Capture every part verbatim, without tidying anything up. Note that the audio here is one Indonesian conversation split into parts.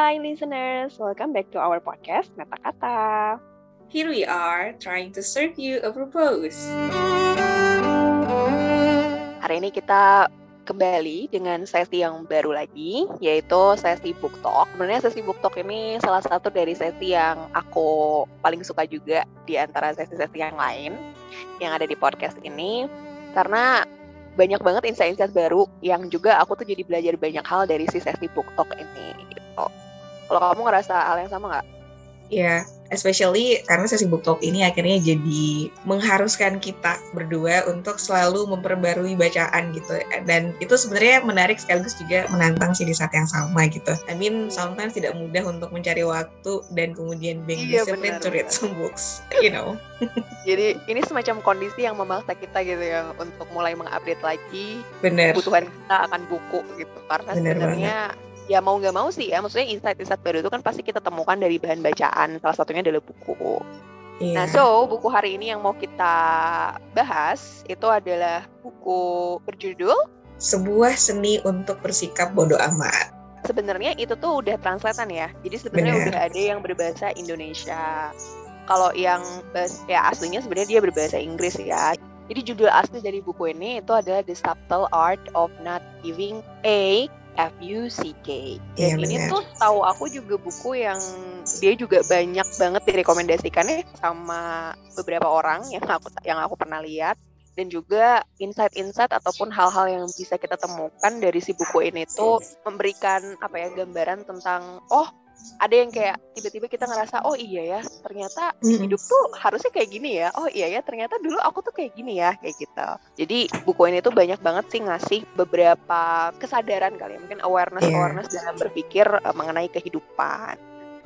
Hai listeners, welcome back to our podcast Meta Kata. Here we are, trying to serve you a purpose. Hari ini kita kembali dengan sesi yang baru lagi, yaitu sesi book talk. Sebenarnya sesi book talk ini salah satu dari sesi yang aku paling suka juga di antara sesi-sesi yang lain yang ada di podcast ini, karena banyak banget insight-insight baru yang juga aku tuh jadi belajar banyak hal dari si sesi book talk ini. Gitu. Kalau kamu ngerasa hal yang sama nggak? Ya, yeah, especially karena sesi book talk ini akhirnya jadi mengharuskan kita berdua untuk selalu memperbarui bacaan gitu. Dan itu sebenarnya menarik sekaligus juga menantang sih di saat yang sama gitu. I mean, sometimes tidak mudah untuk mencari waktu dan kemudian being iya, disciplined to read some books, you know. Jadi ini semacam kondisi yang memaksa kita gitu ya untuk mulai mengupdate lagi Bener. kebutuhan kita akan buku gitu. Karena Bener sebenarnya banget. Ya mau nggak mau sih ya, maksudnya insight-insight baru itu kan pasti kita temukan dari bahan bacaan, salah satunya adalah buku. Yeah. Nah, so buku hari ini yang mau kita bahas itu adalah buku berjudul Sebuah Seni Untuk Bersikap Bodo Amat. Sebenarnya itu tuh udah translatean ya, jadi sebenarnya Bener. Udah ada yang berbahasa Indonesia. Kalau yang ya aslinya sebenarnya dia berbahasa Inggris ya. Jadi judul asli dari buku ini itu adalah The Subtle Art of Not Giving a F U C K. Dan yeah, ini bener. Tuh tahu aku juga buku yang dia juga banyak banget direkomendasikannya sama beberapa orang yang aku yang aku pernah lihat, dan juga insight-insight ataupun hal-hal yang bisa kita temukan dari si buku ini tuh memberikan apa ya gambaran tentang oh ada yang kayak tiba-tiba kita ngerasa oh iya ya ternyata mm. hidup tuh harusnya kayak gini ya, oh iya ya ternyata dulu aku tuh kayak gini ya, kayak gitu. Jadi buku ini tuh banyak banget sih ngasih beberapa kesadaran kali ya, mungkin awareness yeah. awareness dalam berpikir uh, mengenai kehidupan.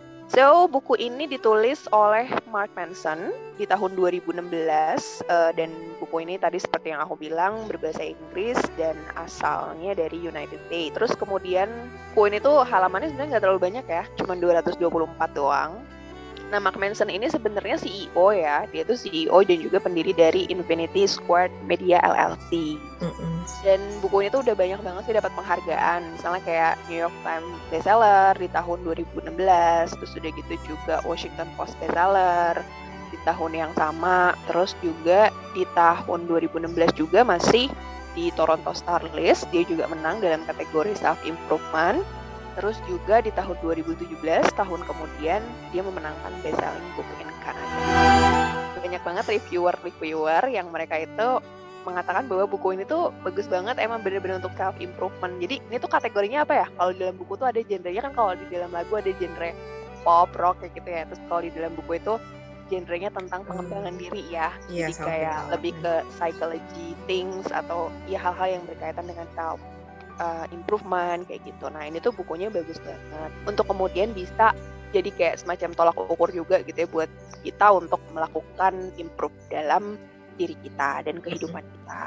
So, buku ini ditulis oleh Mark Manson di tahun dua ribu enam belas uh, dan buku ini tadi seperti yang aku bilang berbahasa Inggris dan asalnya dari United States. Terus kemudian buku ini tuh halamannya sebenarnya nggak terlalu banyak ya, cuma dua ratus dua puluh empat doang. Nah, Mark Manson ini sebenarnya C E O ya, dia tuh C E O dan juga pendiri dari Infinity Squared Media L L C. Mm-hmm. Dan buku ini tuh udah banyak banget sih dapat penghargaan, misalnya kayak New York Times bestseller di tahun dua ribu enam belas, terus udah gitu juga Washington Post bestseller di tahun yang sama, terus juga di tahun dua ribu enam belas juga masih di Toronto Star List, dia juga menang dalam kategori self improvement. Terus juga di tahun dua ribu tujuh belas, tahun kemudian dia memenangkan Best Selling Book in Canada. Banyak banget reviewer-reviewer yang mereka itu mengatakan bahwa buku ini tuh bagus banget, emang bener-bener untuk self improvement. Jadi ini tuh kategorinya apa ya? Kalau di dalam buku tuh ada genrenya kan, kalau di dalam lagu ada genre pop, rock kayak gitu ya. Terus kalau di dalam buku itu genrenya tentang pengembangan hmm. diri ya. Jadi yeah, kayak lebih ke psychology things atau ya hal-hal yang berkaitan dengan self Uh, improvement kayak gitu. Nah ini tuh bukunya bagus banget untuk kemudian bisa jadi kayak semacam tolak ukur juga gitu ya buat kita untuk melakukan improve dalam diri kita dan kehidupan kita.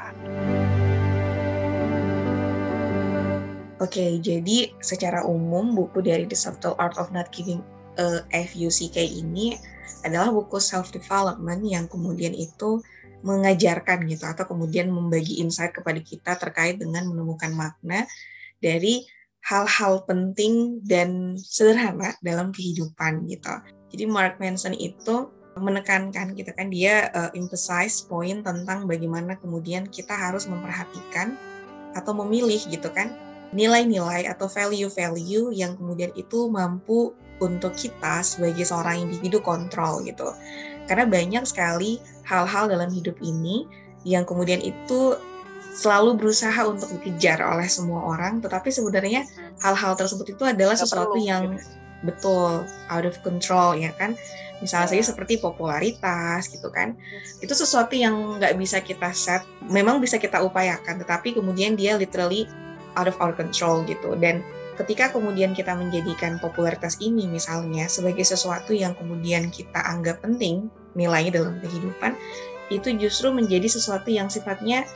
Oke, okay, jadi secara umum buku dari The Subtle Art of Not Giving a F U C K ini adalah buku self-development yang kemudian itu mengajarkan gitu atau kemudian membagi insight kepada kita terkait dengan menemukan makna dari hal-hal penting dan sederhana dalam kehidupan gitu. Jadi Mark Manson itu menekankan gitu kan, dia uh, emphasize poin tentang bagaimana kemudian kita harus memperhatikan atau memilih gitu kan nilai-nilai atau value-value yang kemudian itu mampu untuk kita sebagai seorang individu kontrol gitu. Karena banyak sekali hal-hal dalam hidup ini yang kemudian itu selalu berusaha untuk dikejar oleh semua orang, tetapi sebenarnya hal-hal tersebut itu adalah Gak sesuatu perlu, yang gitu. Betul out of control ya kan. Misalnya saja seperti popularitas gitu kan. Itu sesuatu yang nggak bisa kita set, memang bisa kita upayakan, tetapi kemudian dia literally out of our control gitu. Dan ketika kemudian kita menjadikan popularitas ini misalnya sebagai sesuatu yang kemudian kita anggap penting nilainya dalam kehidupan, itu justru menjadi sesuatu yang sifatnya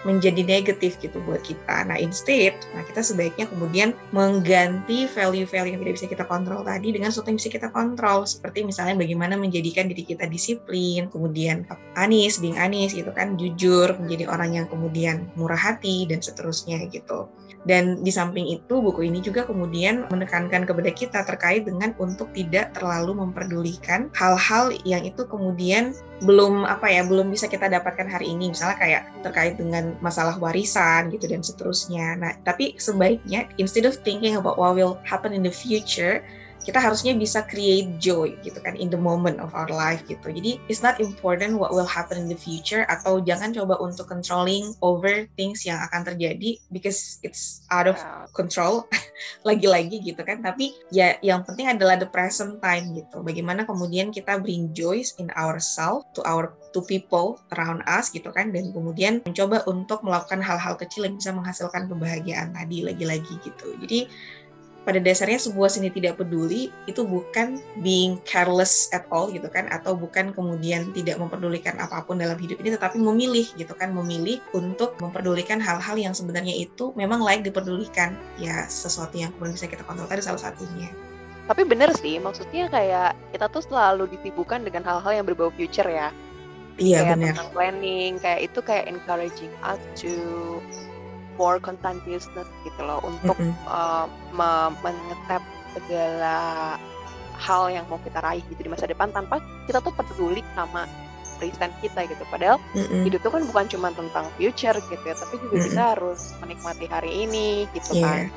menjadi negatif gitu buat kita. Nah instead, nah kita sebaiknya kemudian mengganti value-value yang tidak bisa kita kontrol tadi dengan sesuatu yang bisa kita kontrol, seperti misalnya bagaimana menjadikan diri kita disiplin, kemudian anis, being anis gitu kan, jujur, menjadi orang yang kemudian murah hati dan seterusnya gitu. Dan di samping itu buku ini juga kemudian menekankan kepada kita terkait dengan untuk tidak terlalu memperdulikan hal-hal yang itu kemudian belum apa ya belum bisa kita dapatkan hari ini, misalnya kayak terkait dengan masalah warisan gitu dan seterusnya. Nah tapi sebaiknya instead of thinking about what will happen in the future, kita harusnya bisa create joy gitu kan in the moment of our life gitu. Jadi it's not important what will happen in the future, atau jangan coba untuk controlling over things yang akan terjadi because it's out of control lagi-lagi gitu kan. Tapi ya yang penting adalah the present time gitu. Bagaimana kemudian kita bring joy in ourselves to our to people around us gitu kan, dan kemudian mencoba untuk melakukan hal-hal kecil yang bisa menghasilkan kebahagiaan tadi lagi-lagi gitu. Jadi pada dasarnya sebuah seni tidak peduli itu bukan being careless at all gitu kan, atau bukan kemudian tidak memperdulikan apapun dalam hidup ini, tetapi memilih gitu kan, memilih untuk memperdulikan hal-hal yang sebenarnya itu memang layak diperdulikan, ya sesuatu yang kemudian bisa kita kontrol tadi salah satunya. Tapi bener sih, maksudnya kayak kita tuh selalu disibukkan dengan hal-hal yang berbau future ya. Iya kayak benar. Tentang planning, kayak itu kayak encouraging us to more continuousness gitu loh, untuk mm-hmm. uh, mengetap segala hal yang mau kita raih gitu di masa depan tanpa kita tuh peduli sama present kita gitu. Padahal mm-hmm. hidup itu kan bukan cuma tentang future gitu ya, tapi juga mm-hmm. kita harus menikmati hari ini gitu yeah. kan.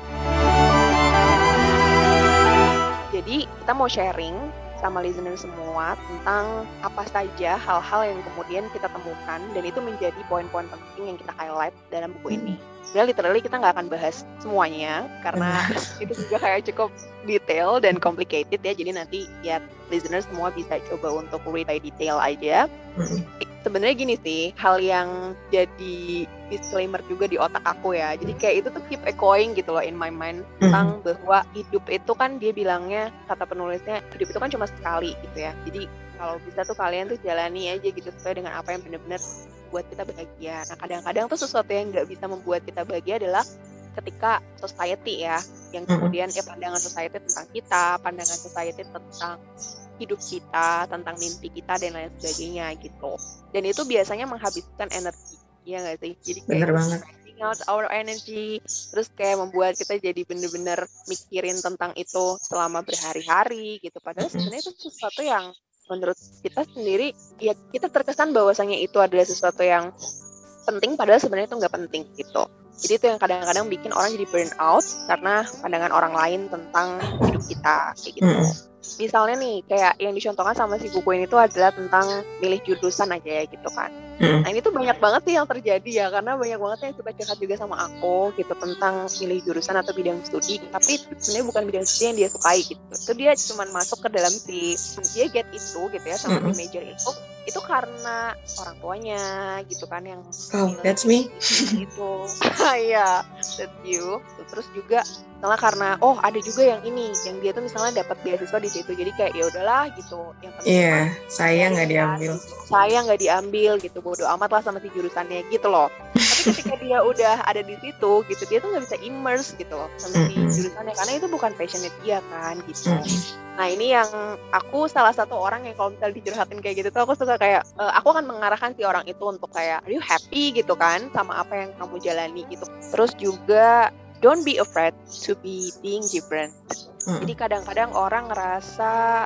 Jadi kita mau sharing sama listener semua tentang apa saja hal-hal yang kemudian kita temukan dan itu menjadi poin-poin penting yang kita highlight dalam buku ini. Sebenarnya literally kita nggak akan bahas semuanya karena itu juga kayak cukup detail dan complicated ya. Jadi nanti ya listener semua bisa coba untuk read by detail aja. Mm-hmm. Sebenarnya gini sih, hal yang jadi disclaimer juga di otak aku ya. Jadi kayak itu tuh keep echoing gitu loh in my mind tentang mm-hmm. bahwa hidup itu kan dia bilangnya, kata penulisnya, hidup itu kan cuma sekali gitu ya. Jadi kalau bisa tuh kalian tuh jalani aja gitu sesuai dengan apa yang benar-benar buat kita bahagia. Nah kadang-kadang tuh sesuatu yang nggak bisa membuat kita bahagia adalah ketika society ya, yang kemudian ya pandangan society tentang kita, pandangan society tentang hidup kita, tentang mimpi kita dan lain sebagainya gitu. Dan itu biasanya menghabiskan energi, ya nggak sih? Jadi kayak draining out our energy, terus kayak membuat kita jadi bener-bener mikirin tentang itu selama berhari-hari gitu. Padahal sebenarnya itu sesuatu yang menurut kita sendiri, ya kita terkesan bahwasanya itu adalah sesuatu yang penting, padahal sebenarnya itu nggak penting gitu. Jadi itu yang kadang-kadang bikin orang jadi burn out karena pandangan orang lain tentang hidup kita kayak gitu. Mm. Misalnya nih kayak yang dicontohkan sama si buku ini tuh adalah tentang milih jurusan aja ya gitu kan. Mm. Nah ini tuh banyak banget sih yang terjadi ya, karena banyak banget yang suka curhat juga sama aku gitu tentang milih jurusan atau bidang studi, tapi sebenarnya bukan bidang studi yang dia sukai gitu. Itu dia cuma masuk ke dalam si dia get itu gitu ya sama mm. si major itu itu karena orang tuanya gitu kan yang oh that's me gitu. Iya, that's you. Terus juga misalnya karena oh ada juga yang ini yang dia tuh misalnya dapat beasiswa di situ, jadi kayak ya udahlah gitu. Yang penting iya yeah, saya nggak diambil. Saya nggak diambil gitu, bodo amat lah sama si jurusannya gitu loh. Tapi ketika dia udah ada di situ gitu, dia tuh nggak bisa immerse gitu loh sama si jurusannya karena itu bukan passionate dia kan gitu. Nah ini yang aku salah satu orang yang kalau misalnya dicurhatin kayak gitu tuh aku suka kayak uh, aku akan mengarahkan si orang itu untuk kayak are you happy gitu kan sama apa yang kamu jalani gitu. Terus juga don't be afraid to be being different. Mm. Jadi kadang-kadang orang ngerasa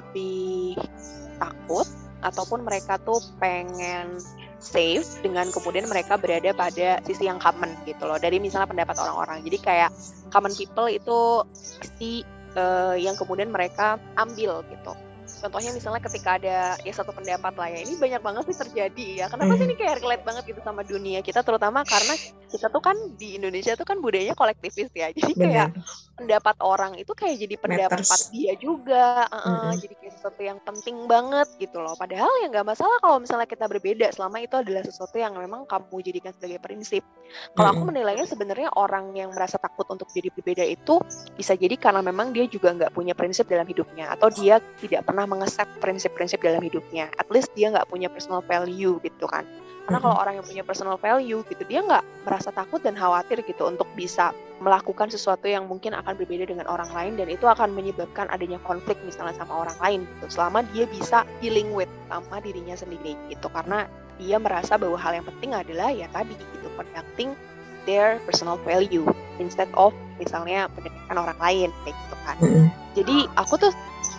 lebih takut ataupun mereka tuh pengen safe dengan kemudian mereka berada pada sisi yang common gitu loh. Dari misalnya pendapat orang-orang. Jadi kayak common people itu pasti uh, yang kemudian mereka ambil gitu. Contohnya misalnya ketika ada ya satu pendapat lah ya, ini banyak banget sih terjadi ya. Kenapa mm. sih ini kayak relate banget gitu sama dunia kita, terutama karena kita tuh kan di Indonesia tuh kan budayanya kolektivis ya. Jadi kayak bener. Pendapat orang itu kayak jadi pendapat Matters. Dia juga, uh-uh, mm-hmm. jadi kayak sesuatu yang penting banget gitu loh. Padahal ya nggak masalah kalau misalnya kita berbeda, selama itu adalah sesuatu yang memang kamu jadikan sebagai prinsip. Kalau mm-hmm. aku menilainya sebenarnya orang yang merasa takut untuk jadi berbeda itu bisa jadi karena memang dia juga nggak punya prinsip dalam hidupnya, atau dia tidak pernah mengeset prinsip-prinsip dalam hidupnya. At least dia nggak punya personal value gitu kan. Karena kalau orang yang punya personal value gitu, dia nggak merasa takut dan khawatir gitu untuk bisa melakukan sesuatu yang mungkin akan berbeda dengan orang lain, dan itu akan menyebabkan adanya konflik misalnya sama orang lain gitu. Selama dia bisa dealing with sama dirinya sendiri gitu, karena dia merasa bahwa hal yang penting adalah ya tadi gitu, conducting their personal value instead of misalnya mendengarkan orang lain kayak gitu kan. Mm-hmm. Jadi aku tuh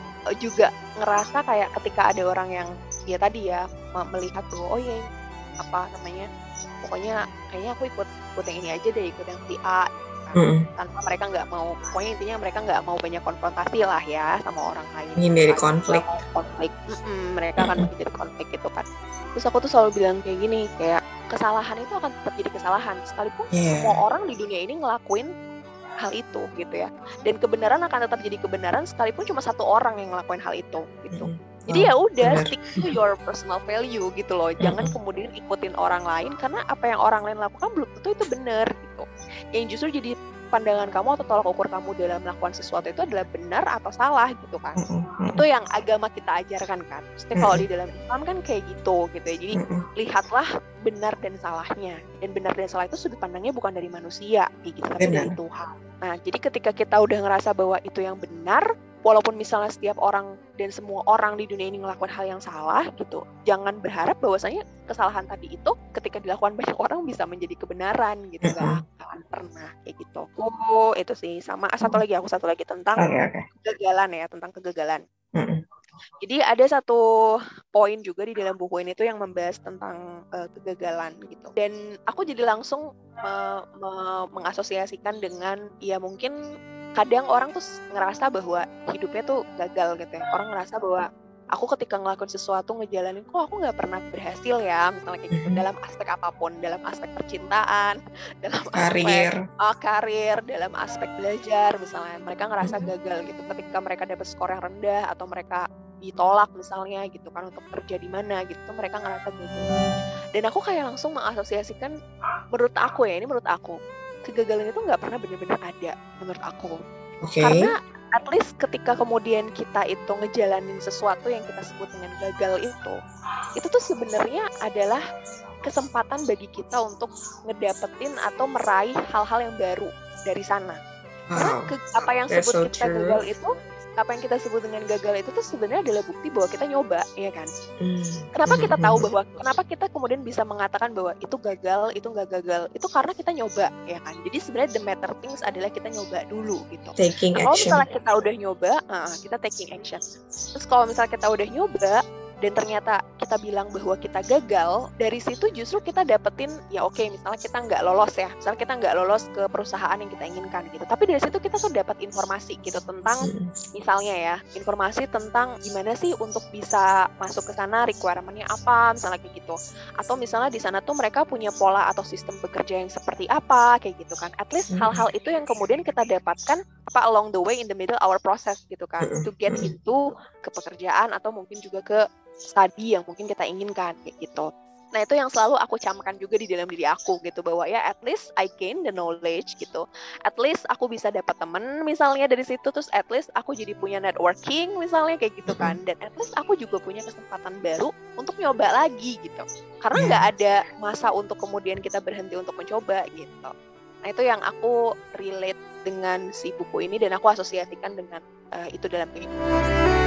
juga ngerasa kayak ketika ada orang yang ya tadi ya melihat tuh, oh iya apa namanya, pokoknya kayaknya aku ikut ikut yang ini aja deh, ikut yang si A kan. Mm-hmm. Tanpa mereka nggak mau, pokoknya intinya mereka nggak mau banyak konfrontasi lah ya sama orang lain. Menghindari konflik. Konflik, Mm-mm, mereka mm-hmm. akan menghindari konflik gitu kan. Terus aku tuh selalu bilang kayak gini, kayak kesalahan itu akan tetap jadi kesalahan sekalipun yeah. semua orang di dunia ini ngelakuin hal itu gitu ya. Dan kebenaran akan tetap jadi kebenaran sekalipun cuma satu orang yang ngelakuin hal itu gitu. Mm-hmm. Jadi ya udah, stick to your personal value gitu loh. Jangan mm-hmm. kemudian ikutin orang lain, karena apa yang orang lain lakukan belum tentu itu benar gitu. Yang justru jadi pandangan kamu atau tolak ukur kamu dalam melakukan sesuatu itu adalah benar atau salah gitu kan. Mm-hmm. Itu yang agama kita ajarkan kan. Maksudnya mm-hmm. kalau di dalam Islam kan kayak gitu gitu ya. Jadi mm-hmm. lihatlah benar dan salahnya. Dan benar dan salah itu sudut pandangnya bukan dari manusia kayak gitu, tapi dari Tuhan. Nah, jadi ketika kita udah ngerasa bahwa itu yang benar, walaupun misalnya setiap orang dan semua orang di dunia ini ngelakuin hal yang salah gitu, jangan berharap bahwasanya kesalahan tadi itu ketika dilakukan banyak orang bisa menjadi kebenaran gitu. Gak akan pernah kayak gitu. Oh, itu sih. Sama satu lagi, aku satu lagi tentang okay, okay. kegagalan ya, tentang kegagalan. Mm-mm. Jadi ada satu poin juga di dalam buku ini tuh yang membahas tentang uh, kegagalan gitu. Dan aku jadi langsung me- me- mengasosiasikan dengan ya mungkin kadang orang tuh ngerasa bahwa hidupnya tuh gagal gitu ya. Orang ngerasa bahwa aku ketika ngelakuin sesuatu, ngejalanin, kok aku nggak pernah berhasil ya, misalnya kayak gitu, dalam aspek apapun, dalam aspek percintaan, dalam karir, aspek uh, karir, dalam aspek belajar, misalnya mereka ngerasa gagal gitu ketika mereka dapat skor yang rendah atau mereka ditolak misalnya gitu kan untuk kerja di mana gitu, mereka ngerasa gagal. Dan aku kayak langsung mengasosiasikan, menurut aku ya, ini menurut aku, kegagalan itu nggak pernah benar-benar ada menurut aku. Okay. Karena at least ketika kemudian kita itu ngejalanin sesuatu yang kita sebut dengan gagal itu, itu tuh sebenarnya adalah kesempatan bagi kita untuk ngedapetin atau meraih hal-hal yang baru dari sana. Wow. Karena ke, apa yang sebut so kita true. gagal itu, apa yang kita sebut dengan gagal itu tuh sebenarnya adalah bukti bahwa kita nyoba, ya kan? Mm. Kenapa kita tahu bahwa, kenapa kita kemudian bisa mengatakan bahwa itu gagal, itu nggak gagal? Itu karena kita nyoba, ya kan? Jadi sebenarnya the matter things adalah kita nyoba dulu, gitu. Taking nah, kalau action. misalnya kita udah nyoba, uh, kita taking action. Terus kalau misalnya kita udah nyoba, dan ternyata kita bilang bahwa kita gagal, dari situ justru kita dapetin, ya oke, okay, misalnya kita nggak lolos ya, misalnya kita nggak lolos ke perusahaan yang kita inginkan gitu, tapi dari situ kita tuh dapat informasi gitu tentang, misalnya ya, informasi tentang gimana sih untuk bisa masuk ke sana, requirement-nya apa, misalnya kayak gitu, atau misalnya di sana tuh mereka punya pola atau sistem bekerja yang seperti apa, kayak gitu kan, at least hal-hal itu yang kemudian kita dapatkan apa along the way in the middle our process gitu kan, to get into ke pekerjaan atau mungkin juga ke studi yang mungkin kita inginkan kayak gitu. Nah itu yang selalu aku camkan juga di dalam diri aku gitu, bahwa ya at least I gain the knowledge gitu, at least aku bisa dapat temen misalnya dari situ, terus at least aku jadi punya networking misalnya kayak gitu kan, dan at least aku juga punya kesempatan baru untuk nyoba lagi gitu, karena nggak ada masa untuk kemudian kita berhenti untuk mencoba gitu. Nah itu yang aku relate dengan si buku ini dan aku asosiasikan dengan uh, itu dalam kehidupan.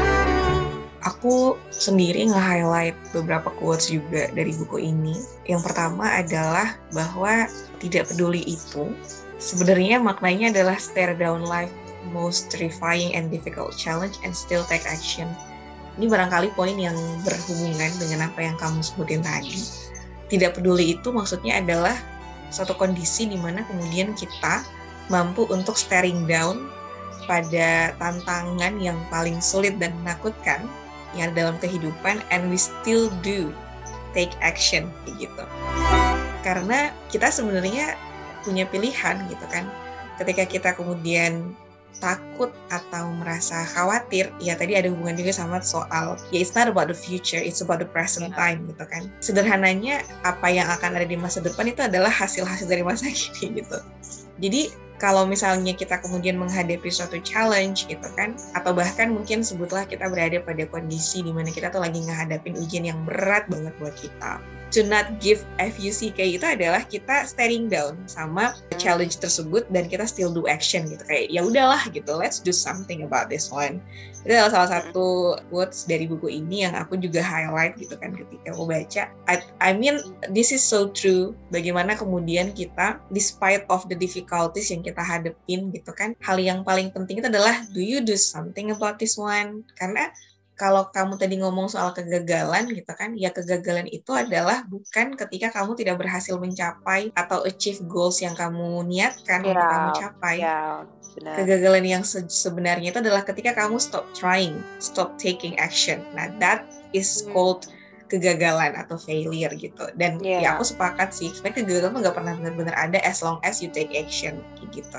Aku sendiri nge-highlight beberapa quotes juga dari buku ini. Yang pertama adalah bahwa tidak peduli itu, sebenarnya maknanya adalah stare down life most terrifying and difficult challenge and still take action. Ini barangkali poin yang berhubungan dengan apa yang kamu sebutin tadi. Tidak peduli itu maksudnya adalah suatu kondisi di mana kemudian kita mampu untuk staring down pada tantangan yang paling sulit dan menakutkan yang dalam kehidupan, and we still do take action gitu. Karena kita sebenarnya punya pilihan gitu kan. Ketika kita kemudian takut atau merasa khawatir, ya tadi ada hubungan juga sama soal, ya it's not about the future, it's about the present time gitu kan. Sederhananya, apa yang akan ada di masa depan itu adalah hasil-hasil dari masa kini gitu. Jadi kalau misalnya kita kemudian menghadapi suatu challenge gitu kan, atau bahkan mungkin sebutlah kita berada pada kondisi di mana kita tuh lagi ngehadapin ujian yang berat banget buat kita. to not give F U C K itu adalah kita staring down sama challenge tersebut dan kita still do action gitu, kayak ya udahlah gitu, let's do something about this one. Itu adalah salah satu quotes dari buku ini yang aku juga highlight gitu kan ketika aku baca. I, I mean this is so true, bagaimana kemudian kita despite of the difficulties yang kita hadepin gitu kan, hal yang paling penting itu adalah do you do something about this one. Karena kalau kamu tadi ngomong soal kegagalan gitu kan, ya kegagalan itu adalah bukan ketika kamu tidak berhasil mencapai atau achieve goals yang kamu niatkan yeah, untuk kamu capai. Yeah, benar. Kegagalan yang se- sebenarnya itu adalah ketika kamu stop trying, stop taking action. Nah, that is called kegagalan atau failure gitu. Dan yeah. ya aku sepakat sih, sebenarnya kegagalan nggak pernah benar-benar ada as long as you take action gitu.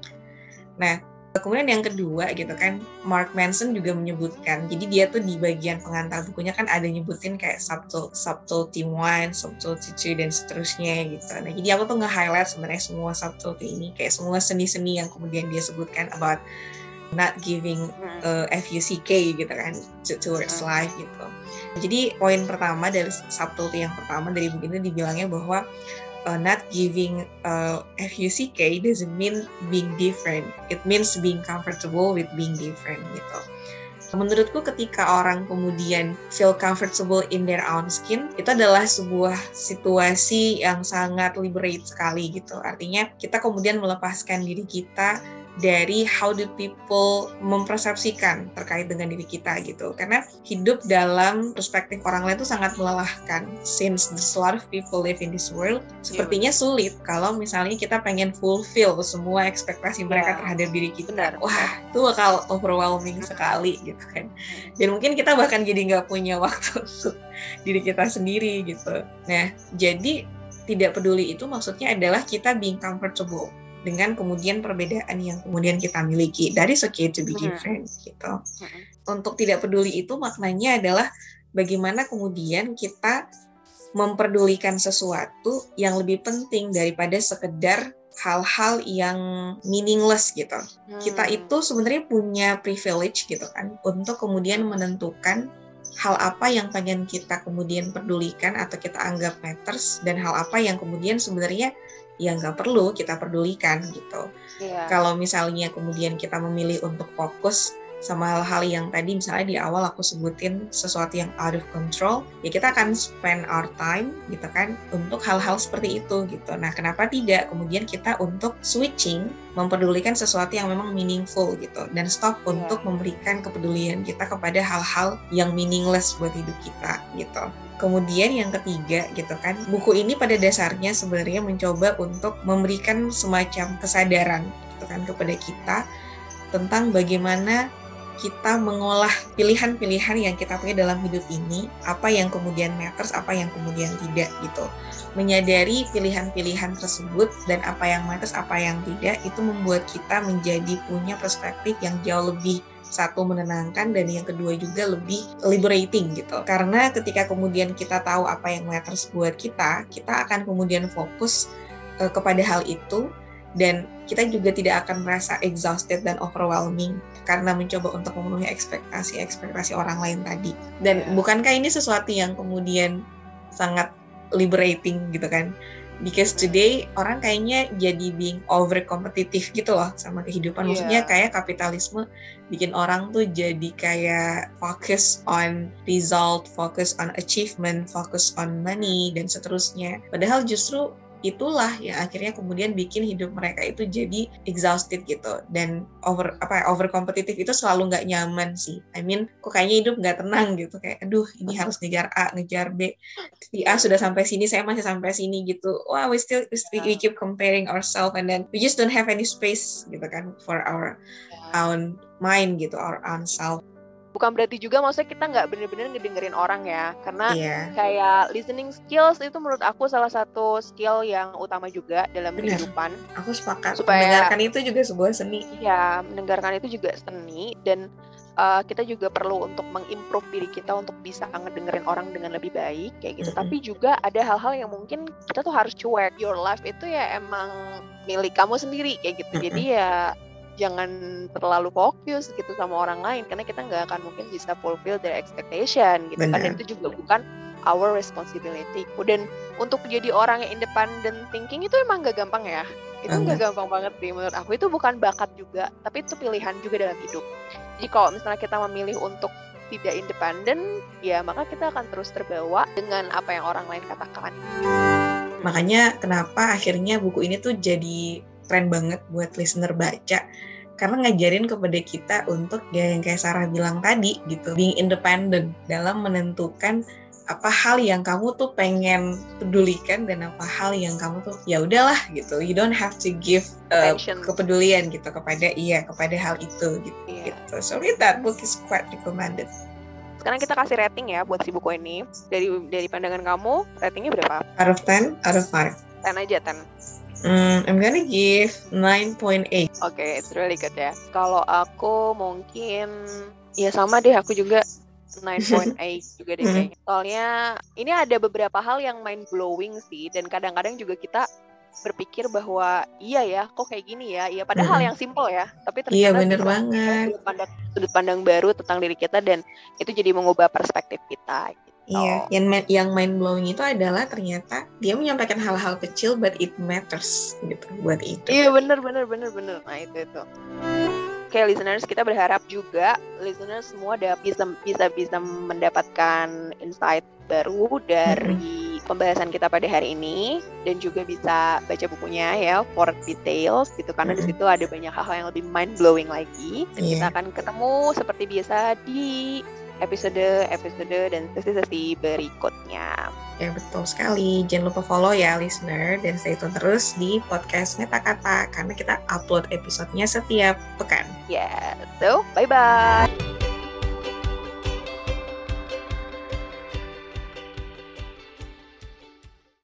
Nah, kemudian yang kedua gitu kan, Mark Manson juga menyebutkan, jadi dia tuh di bagian pengantar bukunya kan ada nyebutin kayak subtle, subtlety one, subtlety two, dan seterusnya gitu. Nah jadi aku tuh nge-highlight sebenarnya semua subtlety ini, kayak semua seni-seni yang kemudian dia sebutkan about not giving uh, F U C K gitu kan, towards life gitu. Jadi poin pertama dari subtlety yang pertama dari buku ini dibilangnya bahwa Uh, not giving uh, F U C K doesn't mean being different. It means being comfortable with being different gitu. Menurutku ketika orang kemudian feel comfortable in their own skin, itu adalah sebuah situasi yang sangat liberate sekali gitu. Artinya kita kemudian melepaskan diri kita dari how do people mempersepsikan terkait dengan diri kita gitu. Karena hidup dalam perspektif orang lain itu sangat melelahkan. Since there's a lot of people live in this world, sepertinya sulit kalau misalnya kita pengen fulfill semua ekspektasi mereka yeah. terhadap diri kita. Benar. Wah, itu bakal overwhelming sekali gitu kan. Dan mungkin kita bahkan jadi nggak punya waktu untuk diri kita sendiri gitu. Nah, jadi tidak peduli itu maksudnya adalah kita being comfortable dengan kemudian perbedaan yang kemudian kita miliki. That is okay to be different hmm. gitu. Hmm. Untuk tidak peduli itu maknanya adalah bagaimana kemudian kita memperdulikan sesuatu yang lebih penting daripada sekedar hal-hal yang meaningless gitu. Hmm. Kita itu sebenarnya punya privilege gitu kan untuk kemudian menentukan hal apa yang pengen kita kemudian pedulikan atau kita anggap matters, dan hal apa yang kemudian sebenarnya yang nggak perlu kita pedulikan gitu. Yeah. Kalau misalnya kemudian kita memilih untuk fokus sama hal-hal yang tadi misalnya di awal aku sebutin sesuatu yang out of control, ya kita akan spend our time gitu kan untuk hal-hal seperti itu gitu. Nah, kenapa tidak kemudian kita untuk switching, mempedulikan sesuatu yang memang meaningful gitu, dan stop yeah. untuk memberikan kepedulian kita kepada hal-hal yang meaningless buat hidup kita gitu. Kemudian yang ketiga gitu kan, buku ini pada dasarnya sebenarnya mencoba untuk memberikan semacam kesadaran gitu kan kepada kita tentang bagaimana kita mengolah pilihan-pilihan yang kita punya dalam hidup ini, apa yang kemudian matters, apa yang kemudian tidak gitu. Menyadari pilihan-pilihan tersebut dan apa yang matters, apa yang tidak, itu membuat kita menjadi punya perspektif yang jauh lebih, satu, menenangkan, dan yang kedua juga lebih liberating gitu. Karena ketika kemudian kita tahu apa yang matters buat kita, kita akan kemudian fokus uh, kepada hal itu, dan kita juga tidak akan merasa exhausted dan overwhelming karena mencoba untuk memenuhi ekspektasi-ekspektasi orang lain tadi. Dan yeah. bukankah ini sesuatu yang kemudian sangat liberating gitu kan? Because today orang kayaknya jadi being over competitive gitu loh sama kehidupan. Maksudnya yeah. kayak kapitalisme bikin orang tuh jadi kayak focus on result, focus on achievement, focus on money, dan seterusnya. Padahal justru itulah yang akhirnya kemudian bikin hidup mereka itu jadi exhausted gitu, dan over apa ya, over competitive itu selalu nggak nyaman sih. I mean, kok kayaknya hidup nggak tenang gitu, kayak aduh ini harus ngejar A, ngejar B, si A sudah sampai sini, saya masih sampai sini gitu. Wah, we still we keep comparing ourselves, and then we just don't have any space gitu kan for our own mind gitu, our own self. Bukan berarti juga maksudnya kita nggak bener-bener ngedengerin orang ya, karena yeah. kayak listening skills itu menurut aku salah satu skill yang utama juga dalam Bener. kehidupan. Aku sepakat. Supaya, mendengarkan itu juga sebuah seni. Iya, mendengarkan itu juga seni, dan uh, kita juga perlu untuk mengimprove diri kita untuk bisa ngedengerin orang dengan lebih baik kayak gitu. Mm-hmm. Tapi juga ada hal-hal yang mungkin kita tuh harus cuek. Your life itu ya emang milik kamu sendiri kayak gitu. Mm-hmm. Jadi ya jangan terlalu fokus gitu sama orang lain, karena kita nggak akan mungkin bisa fulfill their expectation gitu. Bener. Kan dan itu juga bukan our responsibility. Dan untuk jadi orang yang independent thinking itu emang gak gampang ya. Itu Banget. gak gampang banget sih menurut aku. Itu bukan bakat juga, tapi itu pilihan juga dalam hidup. Jadi kalau misalnya kita memilih untuk tidak independen, ya maka kita akan terus terbawa dengan apa yang orang lain katakan. Makanya kenapa akhirnya buku ini tuh jadi keren banget buat listener baca. Karena ngajarin kepada kita untuk ya yang kayak Sarah bilang tadi gitu, being independent dalam menentukan apa hal yang kamu tuh pengen pedulikan dan apa hal yang kamu tuh ya udahlah gitu. You don't have to give uh, kepedulian gitu kepada iya kepada hal itu gitu. Yeah. gitu. So that book is quite recommended. Sekarang kita kasih rating ya buat si buku ini. Dari dari pandangan kamu, ratingnya berapa? Out of ten, out of five. ten aja, ten. Hmm, I'm gonna give nine point eight. Oke, okay, it's really good ya. Kalau aku mungkin ya sama deh, aku juga nine point eight juga deh kayaknya. Soalnya ini ada beberapa hal yang mind blowing sih, dan kadang-kadang juga kita berpikir bahwa iya ya, kok kayak gini ya. Iya, padahal mm-hmm. yang simple ya, tapi ternyata iya, bener banget. Sudut pandang, sudut pandang baru tentang diri kita, dan itu jadi mengubah perspektif kita. Iya, yang yang mind blowing itu adalah ternyata dia menyampaikan hal-hal kecil but it matters gitu buat itu. Iya, bener bener bener bener. Nah itu itu. Oke, okay, listeners, kita berharap juga listeners semua dapat bisa bisa bisa mendapatkan insight baru dari mm-hmm. pembahasan kita pada hari ini, dan juga bisa baca bukunya ya, For Details gitu, karena mm-hmm. di situ ada banyak hal-hal yang lebih mind blowing lagi. Dan yeah. kita akan ketemu seperti biasa di episode-episode dan sesi-sesi berikutnya. Ya, betul sekali. Jangan lupa follow ya listener, dan stay tune terus di podcast Meta Kata karena kita upload episodenya setiap pekan. Ya, yeah. So bye-bye.